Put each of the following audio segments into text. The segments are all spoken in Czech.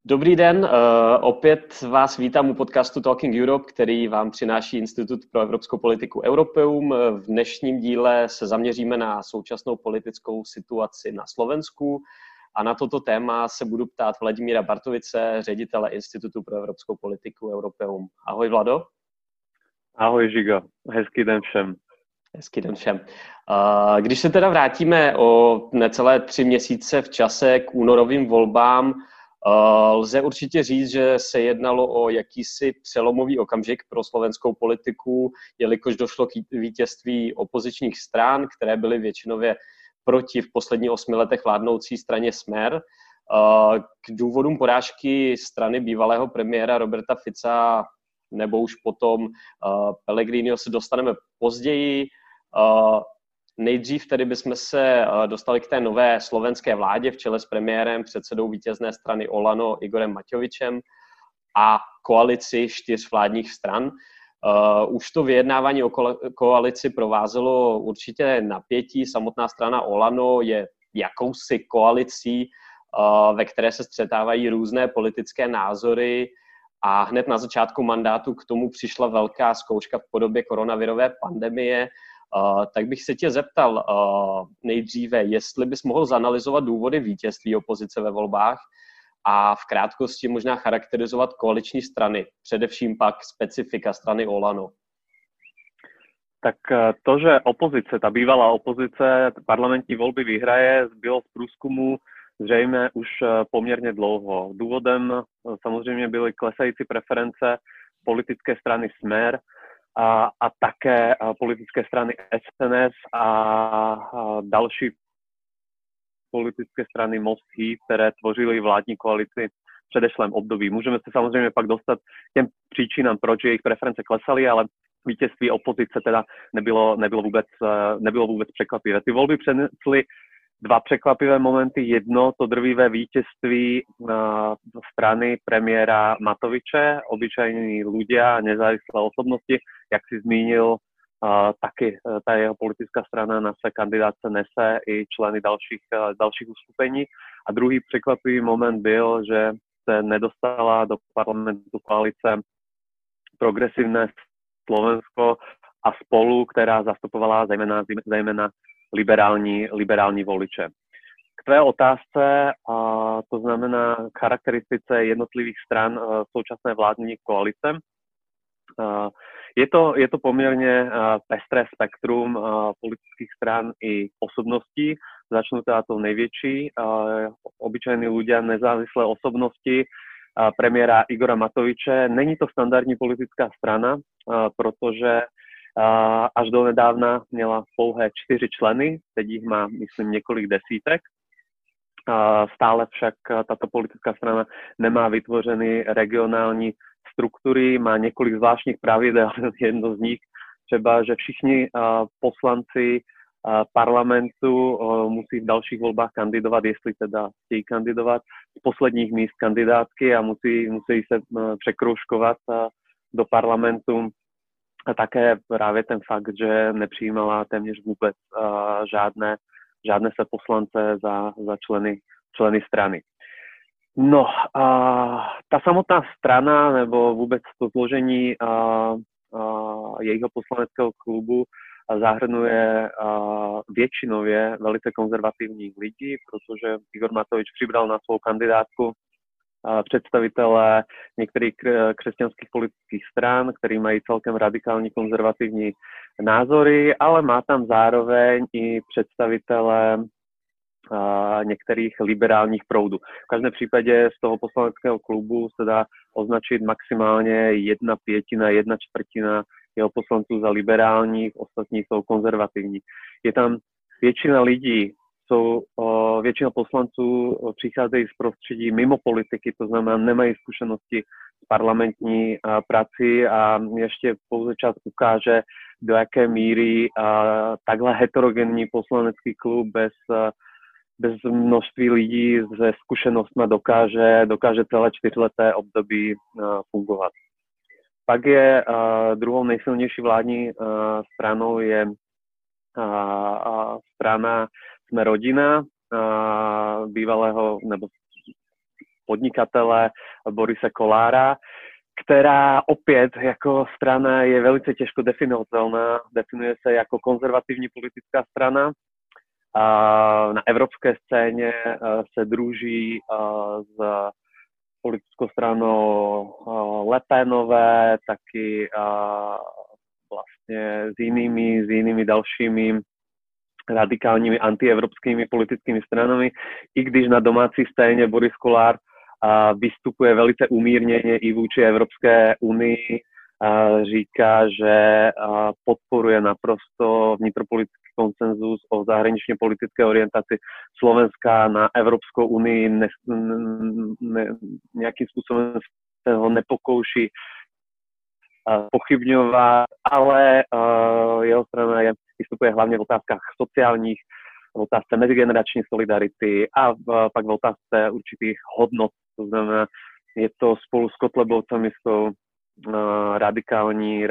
Dobrý den, opět vás vítám u podcastu Talking Europe, který vám přináší Institut pro evropskou politiku Europeum. V dnešním díle se zaměříme na současnou politickou situaci na Slovensku a na toto téma se budu ptát Vladimíra Bartovice, ředitele Institutu pro evropskou politiku Europeum. Ahoj Vlado. Ahoj Žigo, hezký den všem. Hezký den všem. Když se teda vrátíme o necelé 3 měsíce v čase k únorovým volbám, lze určitě říct, že se jednalo o jakýsi přelomový okamžik pro slovenskou politiku, jelikož došlo k vítězství opozičních stran, které byly většinově proti v posledních 8 letech vládnoucí straně Smer. K důvodům porážky strany bývalého premiéra Roberta Fica nebo už potom Pellegriniho se dostaneme později. Nejdřív tedy bychom se dostali k té nové slovenské vládě v čele s premiérem, předsedou vítězné strany Olano Igorem Matovičem a koalici 4 vládních stran. Už to vyjednávání o koalici provázelo určitě napětí. Samotná strana Olano je jakousi koalicí, ve které se střetávají různé politické názory a hned na začátku mandátu k tomu přišla velká zkouška v podobě koronavirové pandemie. Tak bych se tě zeptal nejdříve, jestli bys mohl zanalyzovat důvody vítězství opozice ve volbách a v krátkosti možná charakterizovat koaliční strany, především pak specifika strany Olano. Tak to, že opozice, ta bývalá opozice parlamentní volby vyhraje, bylo z průzkumu zřejmě už poměrně dlouho. Důvodem samozřejmě byly klesající preference politické strany Smer a také politické strany SNS a další politické strany Most Híd, které tvořily vládní koalici v předešlém období. Můžeme se samozřejmě pak dostat k těm příčinám, proč jejich preference klesaly, ale vítězství opozice teda nebylo vůbec překvapivé. Ty volby přinesly 2 překvapivé momenty. Jedno, to drvivé vítězství strany premiéra Matoviče, obyčajní ľudia, nezávislé osobnosti, jak si zmínil, taky ta jeho politická strana na své kandidátce nese i členy dalších uskupení. A druhý překvapivý moment byl, že se nedostala do parlamentu koalice Progresívne Slovensko a Spolu, která zastupovala zejména liberální voliče. K tvé otázce, to znamená k charakteristice jednotlivých stran současné vládní koalice. Je to poměrně pestré spektrum politických stran i osobností. Začnu teda tou největší. Obyčajní ľudia, nezávislé osobnosti premiéra Igora Matoviče. Není to standardní politická strana, protože až do nedávna měla pouhé 4 členy, teď jich má, myslím, několik desítek. Stále však tato politická strana nemá vytvořený regionální struktury, má několik zvláštních pravidel, jedno z nich třeba, že všichni poslanci parlamentu musí v dalších volbách kandidovat, jestli teda chtějí kandidovat, z posledních míst kandidátky a musí se překroužkovat do parlamentu. A také právě ten fakt, že nepřijímala téměř vůbec žádné se poslance za členy strany. No, ta samotná strana nebo vůbec to zložení jejího poslaneckého klubu zahrnuje většinově velice konzervativních lidí, protože Igor Matovič přibral na svou kandidátku představitelé některých křesťanských politických stran, který mají celkem radikální konzervativní názory, ale má tam zároveň i představitelé některých liberálních proudů. V každém případě z toho poslaneckého klubu se dá označit maximálně 1/5, 1/4 jeho poslanců za liberálních, ostatní jsou konzervativní. Je tam většina lidí, většina poslanců přicházejí z prostředí mimo politiky, to znamená, nemají zkušenosti s parlamentní prací a ještě pouze čas ukáže, do jaké míry takhle heterogenní poslanecký klub bez množství lidí se zkušenostmi dokáže celé 4leté období fungovat. Pak je druhou nejsilnější vládní stranou je strana Sme rodina, bývalého nebo podnikatele Borise Kollára, která opět jako strana je velice těžko definovatelná. Definuje se jako konzervativní politická strana. Na evropské scéně se druží s politickou stranou Le Penové, taky vlastně s jinými dalšími radikálními antievropskými politickými stranami, i když na domácí scéně Boris Kollár vystupuje velice umírněně i vůči Evropské unii, říká, že podporuje naprosto vnitropolitický konsenzus o zahraničně politické orientaci Slovenska na Evropskou unii, nějakým způsobem se ho nepokouší pochybňovat, ale jeho strana vystupuje hlavně v otázkách sociálních, v otázce mezigenerační solidarity a pak v otázce určitých hodnot. To znamená, je to spolu s Kotlebovcami, s tou radikální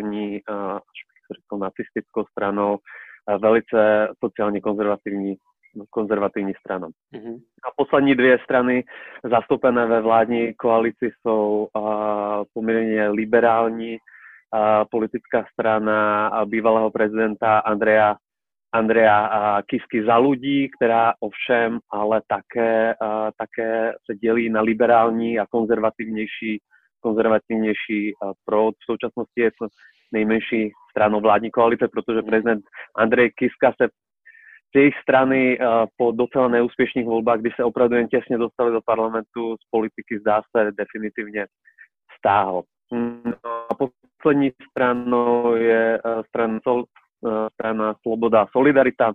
nacistickou stranou, velice sociálně konzervativní stranou. Mm-hmm. A poslední dvě strany zastoupené ve vládní koalici jsou poměrně liberální politická strana bývalého prezidenta Andreja Kisky za ľudí, která ovšem ale také se dělí na liberální a konzervativnější proud. V současnosti je to nejmenší stranou vládní koalice, protože prezident Andrej Kiska se z jejich strany po docela neúspěšných volbách, kdy se opravdu jen těsně dostali do parlamentu, z politiky zdá se definitivně stáhl. A poslední stranou je strana Sloboda a Solidarita,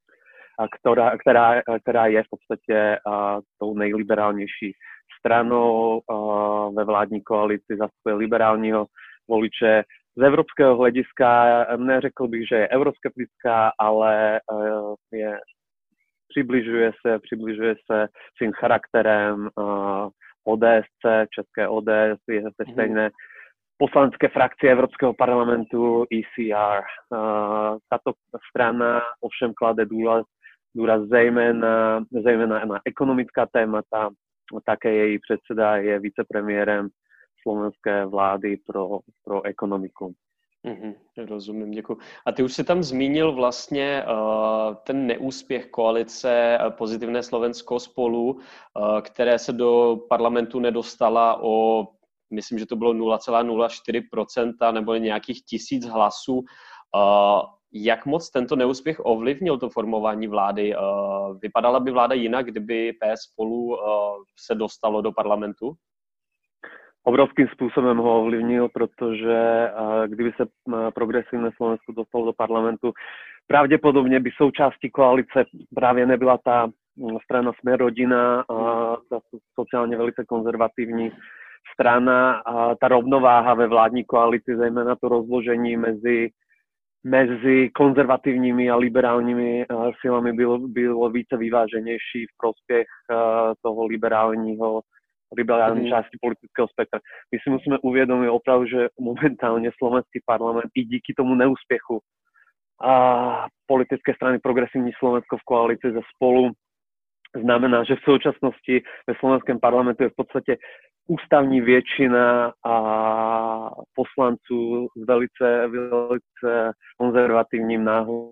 která je v podstatě tou nejliberálnější stranou ve vládní koalici, zastupuje liberálního voliče. Z evropského hlediska neřekl bych, že je euroskeptická, ale přibližuje se svým charakterem ODS, české ODS, je ze stejné poslanecké frakcie Evropského parlamentu ECR. Tato strana ovšem klade důraz zejména na ekonomická témata. Také její předseda je vicepremiérem slovenské vlády pro ekonomiku. Rozumím, děkuji. A ty už si tam zmínil vlastně ten neúspěch koalice Pozitivné Slovensko Spolu, které se do parlamentu nedostala o, myslím, že to bylo 0,04% nebo nějakých 1000 hlasů. Jak moc tento neúspěch ovlivnil to formování vlády? Vypadala by vláda jinak, kdyby PS Spolu se dostalo do parlamentu? Obrovským způsobem ho ovlivnil, protože kdyby se Progresivné Slovensko dostalo do parlamentu, pravděpodobně by součástí koalice právě nebyla ta strana Smer rodina, ta sociálně velice konzervativní strana. A ta rovnováha ve vládní koalici, zejména to rozložení mezi konzervativními a liberálními silami bylo více vyváženější v prospěch toho liberální části politického spektra. My si musíme uvědomit opravdu, že momentálně slovenský parlament i díky tomu neúspěchu politické strany Progresivní Slovensko v koalici ze Spolu znamená, že v současnosti ve slovenském parlamentu je v podstatě ústavní většina poslanců s velice konzervativním náhledem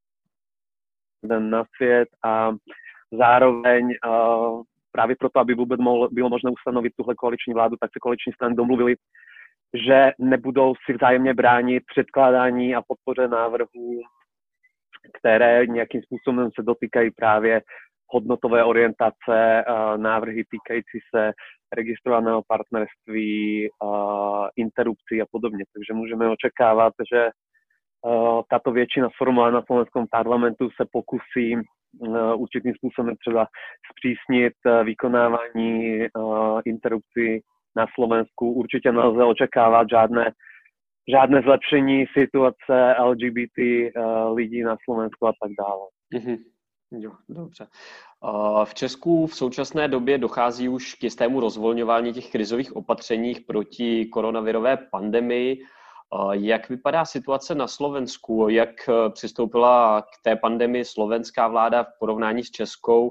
na svět a zároveň právě proto, aby vůbec bylo možné ustanovit tuhle koaliční vládu, tak se koaliční strany domluvili, že nebudou si vzájemně bránit předkládání a podpoře návrhů, které nějakým způsobem se dotýkají právě hodnotové orientace, návrhy týkající se registrovaného partnerství, interrupcí a podobně. Takže můžeme očekávat, že tato většina sformulovaná na slovenskom parlamentu se pokusí určitým způsobem třeba zpřísnit vykonávání interrupcí na Slovensku. Určitě nelze očekávat žádné zlepšení situace LGBT lidí na Slovensku a tak dále. Jo, dobře. V Česku v současné době dochází už k jistému rozvolňování těch krizových opatřeních proti koronavirové pandemii. Jak vypadá situace na Slovensku? Jak přistoupila k té pandemii slovenská vláda v porovnání s českou?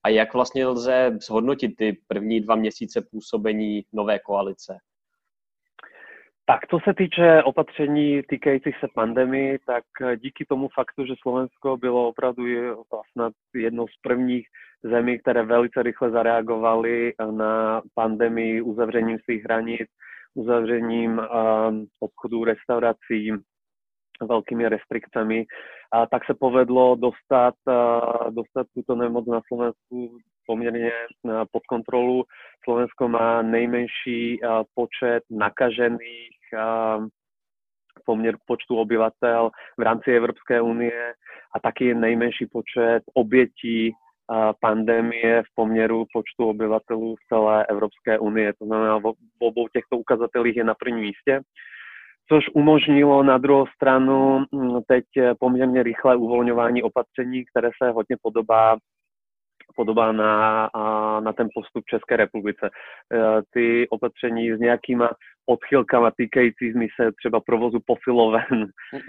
a jak vlastně lze zhodnotit ty první 2 měsíce působení nové koalice? Tak, co se týče opatření týkajících se pandemii, tak díky tomu faktu, že Slovensko bylo opravdu snad jednou z prvních zemí, které velice rychle zareagovaly na pandemii uzavřením svých hranic, uzavřením obchodů, restaurací, veľkými restrikcemi, tak sa povedlo dostať túto nemoc na Slovensku pomerne pod kontrolu. Slovensko má nejmenší počet nakažených poměr k počtu obyvateľ v rámci Európskej únie a taky nejmenší počet obětí pandemie v poměru počtu obyvatelů v celé Európskej únie. To znamená, v obou těchto ukazatelích je na prvním místě, což umožnilo na druhou stranu teď poměrně rychlé uvolňování opatření, které se hodně podobá na ten postup České republice. Ty opatření s nějakýma odchylkama týkajícími se třeba provozu posiloven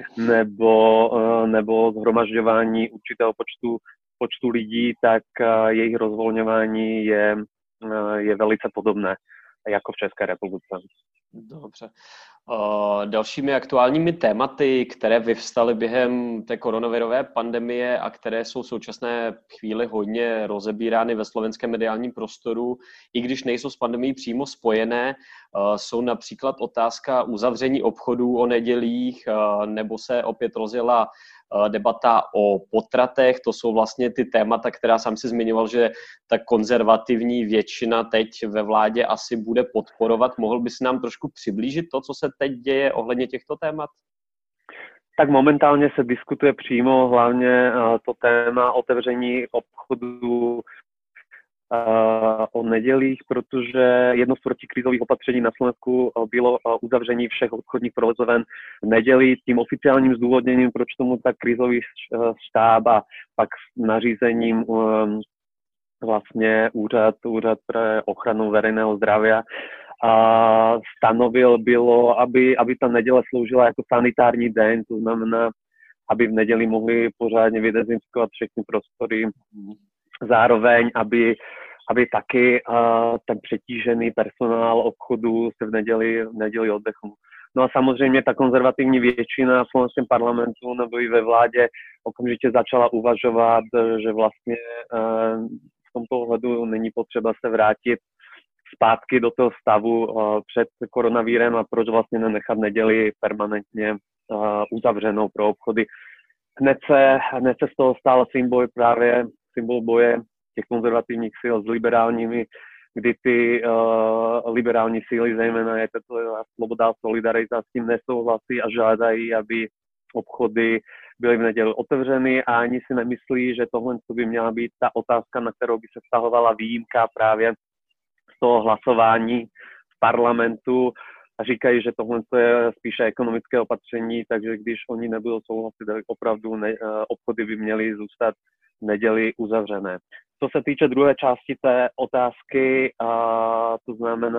nebo zhromažďování určitého počtu lidí, tak jejich rozvolňování je velice podobné jako v České republice. Dobře. Dalšími aktuálními tématy, které vyvstaly během té koronavirové pandemie a které jsou v současné chvíli hodně rozebírány ve slovenském mediálním prostoru, i když nejsou s pandemií přímo spojené, jsou například otázka uzavření obchodů o nedělích, nebo se opět rozjela debata o potratech. To jsou vlastně ty témata, která sám si zmiňoval, že ta konzervativní většina teď ve vládě asi bude podporovat. Mohl bys nám trošku přiblížit to, co se teď děje ohledně těchto témat? Tak momentálně se diskutuje přímo hlavně to téma otevření obchodu o nedělích, protože jedno z protikrizových opatření na Slovensku bylo uzavření všech obchodních provozoven v neděli. Tím oficiálním zdůvodněním, proč tomu tak krizový štáb a pak nařízením vlastně úřad pre ochranu verejného zdravia stanovil bylo, aby ta neděle sloužila jako sanitární den, to znamená, aby v neděli mohli pořádně vydezinfikovat všechny prostory, zároveň, aby taky ten přetížený personál obchodu se v neděli oddechnul. No a samozřejmě ta konzervativní většina v slovenském parlamentu nebo i ve vládě okamžitě začala uvažovat, že vlastně v tomto ohledu není potřeba se vrátit zpátky do toho stavu před koronavírem a proč vlastně nenechat neděli permanentně uzavřenou pro obchody. Hned se z toho stal symbol boje těch konzervativních sil s liberálními, kdy ty liberální síly, zejména je to Sloboda a Solidarita, s tím nesouhlasí a žádají, aby obchody byly v neděli otevřeny a ani si nemyslí, že tohle by měla být ta otázka, na kterou by se vztahovala výjimka právě z toho hlasování v parlamentu a říkají, že tohle je spíše ekonomické opatření, takže když oni nebudou souhlasit, tak opravdu obchody by měly zůstat v neděli uzavřené. Co se týče druhé části té otázky, to znamená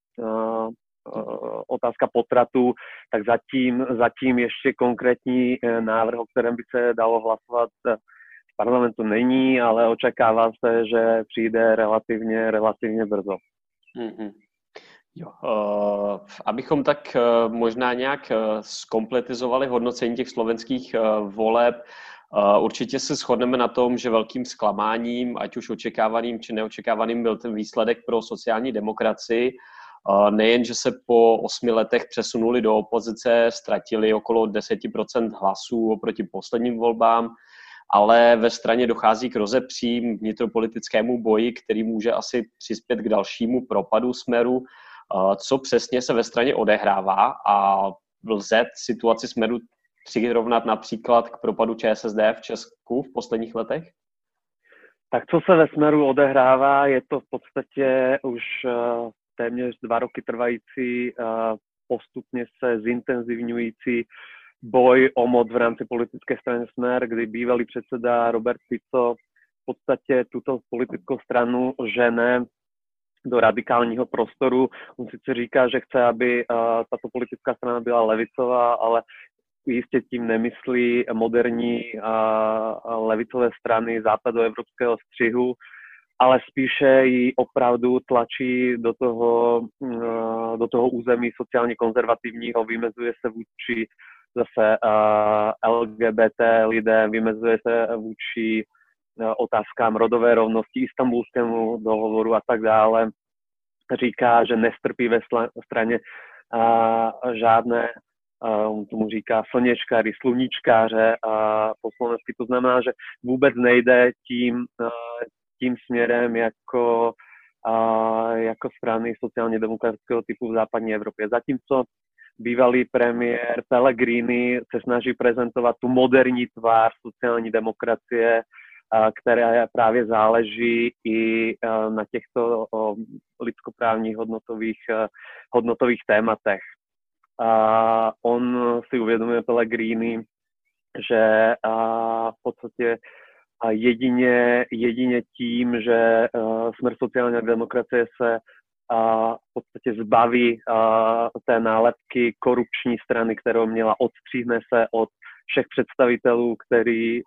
otázka potratu, tak zatím ještě konkrétní návrh, o kterém by se dalo hlasovat v parlamentu není, ale očekává se, že přijde relativně brzo. Mm-hmm. Jo. Abychom tak možná nějak zkompletizovali hodnocení těch slovenských voleb, určitě se shodneme na tom, že velkým zklamáním, ať už očekávaným či neočekávaným, byl ten výsledek pro sociální demokracii. Nejen, že se po 8 letech přesunuli do opozice, ztratili okolo 10% hlasů oproti posledním volbám, ale ve straně dochází k rozepřím vnitropolitickému boji, který může asi přispět k dalšímu propadu Smeru. Co přesně se ve straně odehrává a lze situaci Smeru přirovnat například k propadu ČSSD v Česku v posledních letech? Tak co se ve Smeru odehrává, je to v podstatě už téměř 2 roky trvající, postupně se zintenzivňující boj o moc v rámci politické strany Smer, kdy bývalý předseda Robert Fico v podstatě tuto politickou stranu žene do radikálního prostoru. On sice říká, že chce, aby tato politická strana byla levicová, ale jistě tím nemyslí moderní levicové strany západoevropského střihu. ale spíše ji opravdu tlačí do toho území sociálně konzervativního, vymezuje se vůči zase LGBT lidem, vymezuje se vůči otázkám rodové rovnosti, Istanbulskému dohovoru a tak dále. Říká, že nestrpí ve straně žádné, on tomu říká slněčkáři, sluníčkáře po slovensky. To znamená, že vůbec nejde tím směrem jako strany sociálně demokratického typu v západní Evropě. Zatímco bývalý premiér Pellegrini se snaží prezentovat tu moderní tvár sociální demokracie, která právě záleží i na těchto lidskoprávních hodnotových tématech. On si uvědomuje Pellegrini, že v podstatě jedině tím, že Smer sociální demokracie se v podstatě zbaví té nálepky korupční strany, kterou měla, odstříhne se od všech představitelů, kteří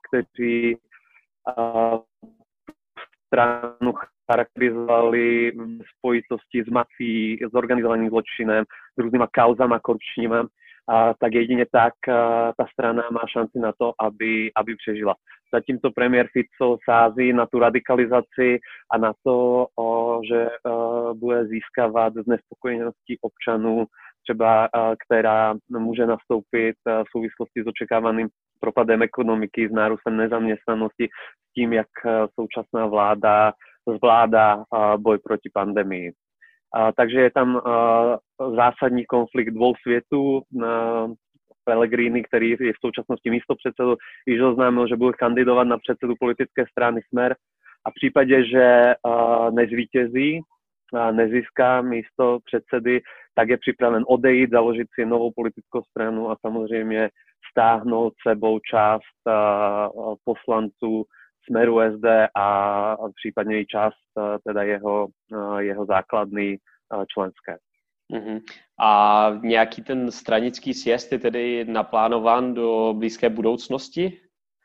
stranu charakterizovali v spojitosti s mafií, s organizovaným zločinem, s různýma kauzama korupčníma, tak jedině tak ta strana má šanci na to, aby přežila. Zatímco premiér Fico sází na tu radikalizaci a na to, že bude získávat z nespokojenosti občanů, třeba která může nastoupit v souvislosti s očekávaným propadem ekonomiky, s nárůstem nezaměstnanosti, s tím, jak současná vláda zvládá boj proti pandemii. Takže je tam zásadní konflikt dvou světů. Pellegrini, který je v současnosti místopředsedou, již oznámil, že bude kandidovat na předsedu politické strany Smer a v případě, že nezvítězí, nezíská místo předsedy, tak je připraven odejít, založit si novou politickou stranu a samozřejmě stáhnout sebou část poslanců Smeru SD a případně i část teda jeho základny členské. Uh-huh. A nějaký ten stranický sjezd je tedy naplánován do blízké budoucnosti?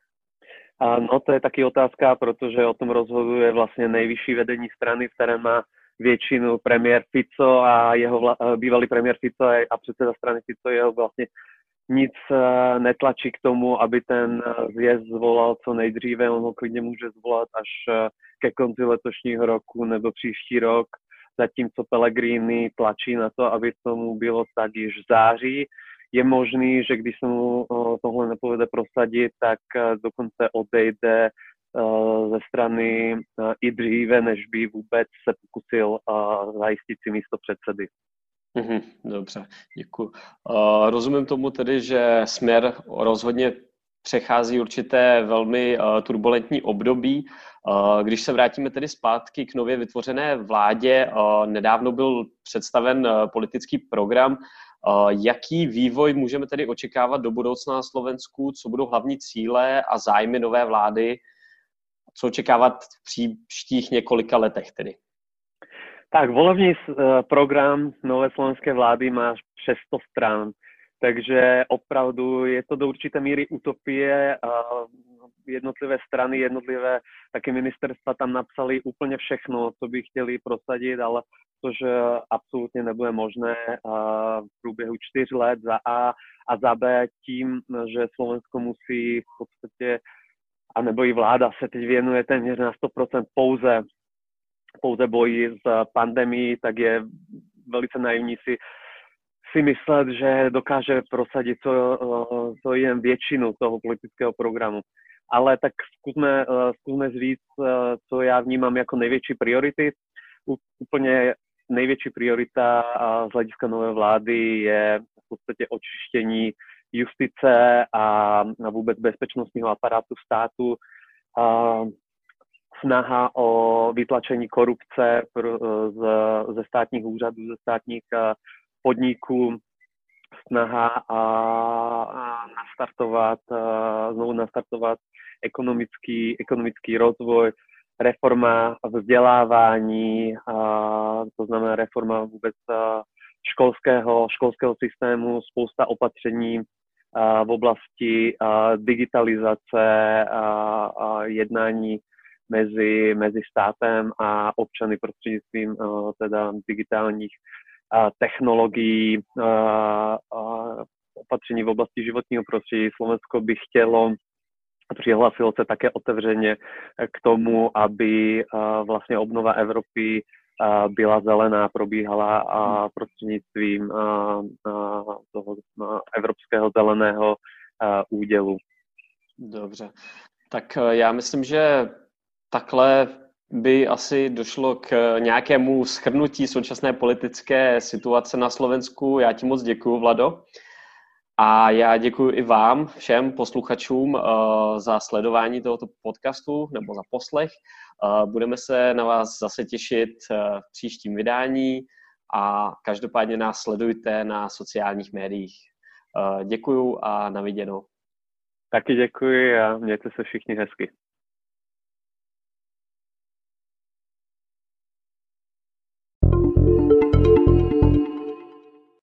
No to je taky otázka, protože o tom rozhoduje vlastně nejvyšší vedení strany, které má většinu premiér Fico a jeho bývalý premiér Fico a předseda strany Fico jeho vlastně nic netlačí k tomu, aby ten zjezd zvolal co nejdříve. On ho klidně může zvolat až ke konci letošního roku nebo příští rok, zatímco Pellegrini tlačí na to, aby tomu bylo tak již v září. Je možný, že když se mu tohle nepovede prosadit, tak dokonce odejde ze strany i dříve, než by vůbec se pokusil zajistit si místo předsedy. Dobře, děkuji. Rozumím tomu tedy, že Smer rozhodně přechází určité velmi turbulentní období. Když se vrátíme tedy zpátky k nově vytvořené vládě, nedávno byl představen politický program. Jaký vývoj můžeme tedy očekávat do budoucna na Slovensku? Co budou hlavní cíle a zájmy nové vlády? Co očekávat v příštích několika letech tedy? Tak, volební program nové slovenské vlády má 600 stran, takže opravdu je to do určité míry utopie. Jednotlivé strany, jednotlivé taky ministerstva tam napsali úplně všechno, co by chtěli prosadit, ale to, že absolutně nebude možné v průběhu 4 let za A a za B tím, že Slovensko musí v podstatě, anebo i vláda se teď věnuje téměř na 100% pouze boji s pandemií, tak je velice naivní si myslet, že dokáže prosadit to jen většinu toho politického programu. Ale tak zkusme říct, co já vnímám jako největší priority. Úplně největší priorita z hlediska nové vlády je v podstatě očištění justice a vůbec bezpečnostního aparátu státu. Snaha o vytlačení korupce ze státních úřadů, ze státních podniků, snaha znovu nastartovat ekonomický rozvoj, reforma vzdělávání, to znamená reforma vůbec školského systému, spousta opatření v oblasti digitalizace, jednání mezi státem a občany prostřednictvím teda digitálních technologií, opatření v oblasti životního prostředí. Slovensko by chtělo a přihlásilo se také otevřeně k tomu, aby vlastně obnova Evropy byla zelená, probíhala prostřednictvím toho Evropského zeleného údělu. Dobře. Tak já myslím, že takhle by asi došlo k nějakému shrnutí současné politické situace na Slovensku. Já ti moc děkuju, Vlado. A já děkuji i vám, všem posluchačům, za sledování tohoto podcastu nebo za poslech. Budeme se na vás zase těšit v příštím vydání a každopádně nás sledujte na sociálních médiích. Děkuju a na viděnou. Taky děkuji a mějte se všichni hezky.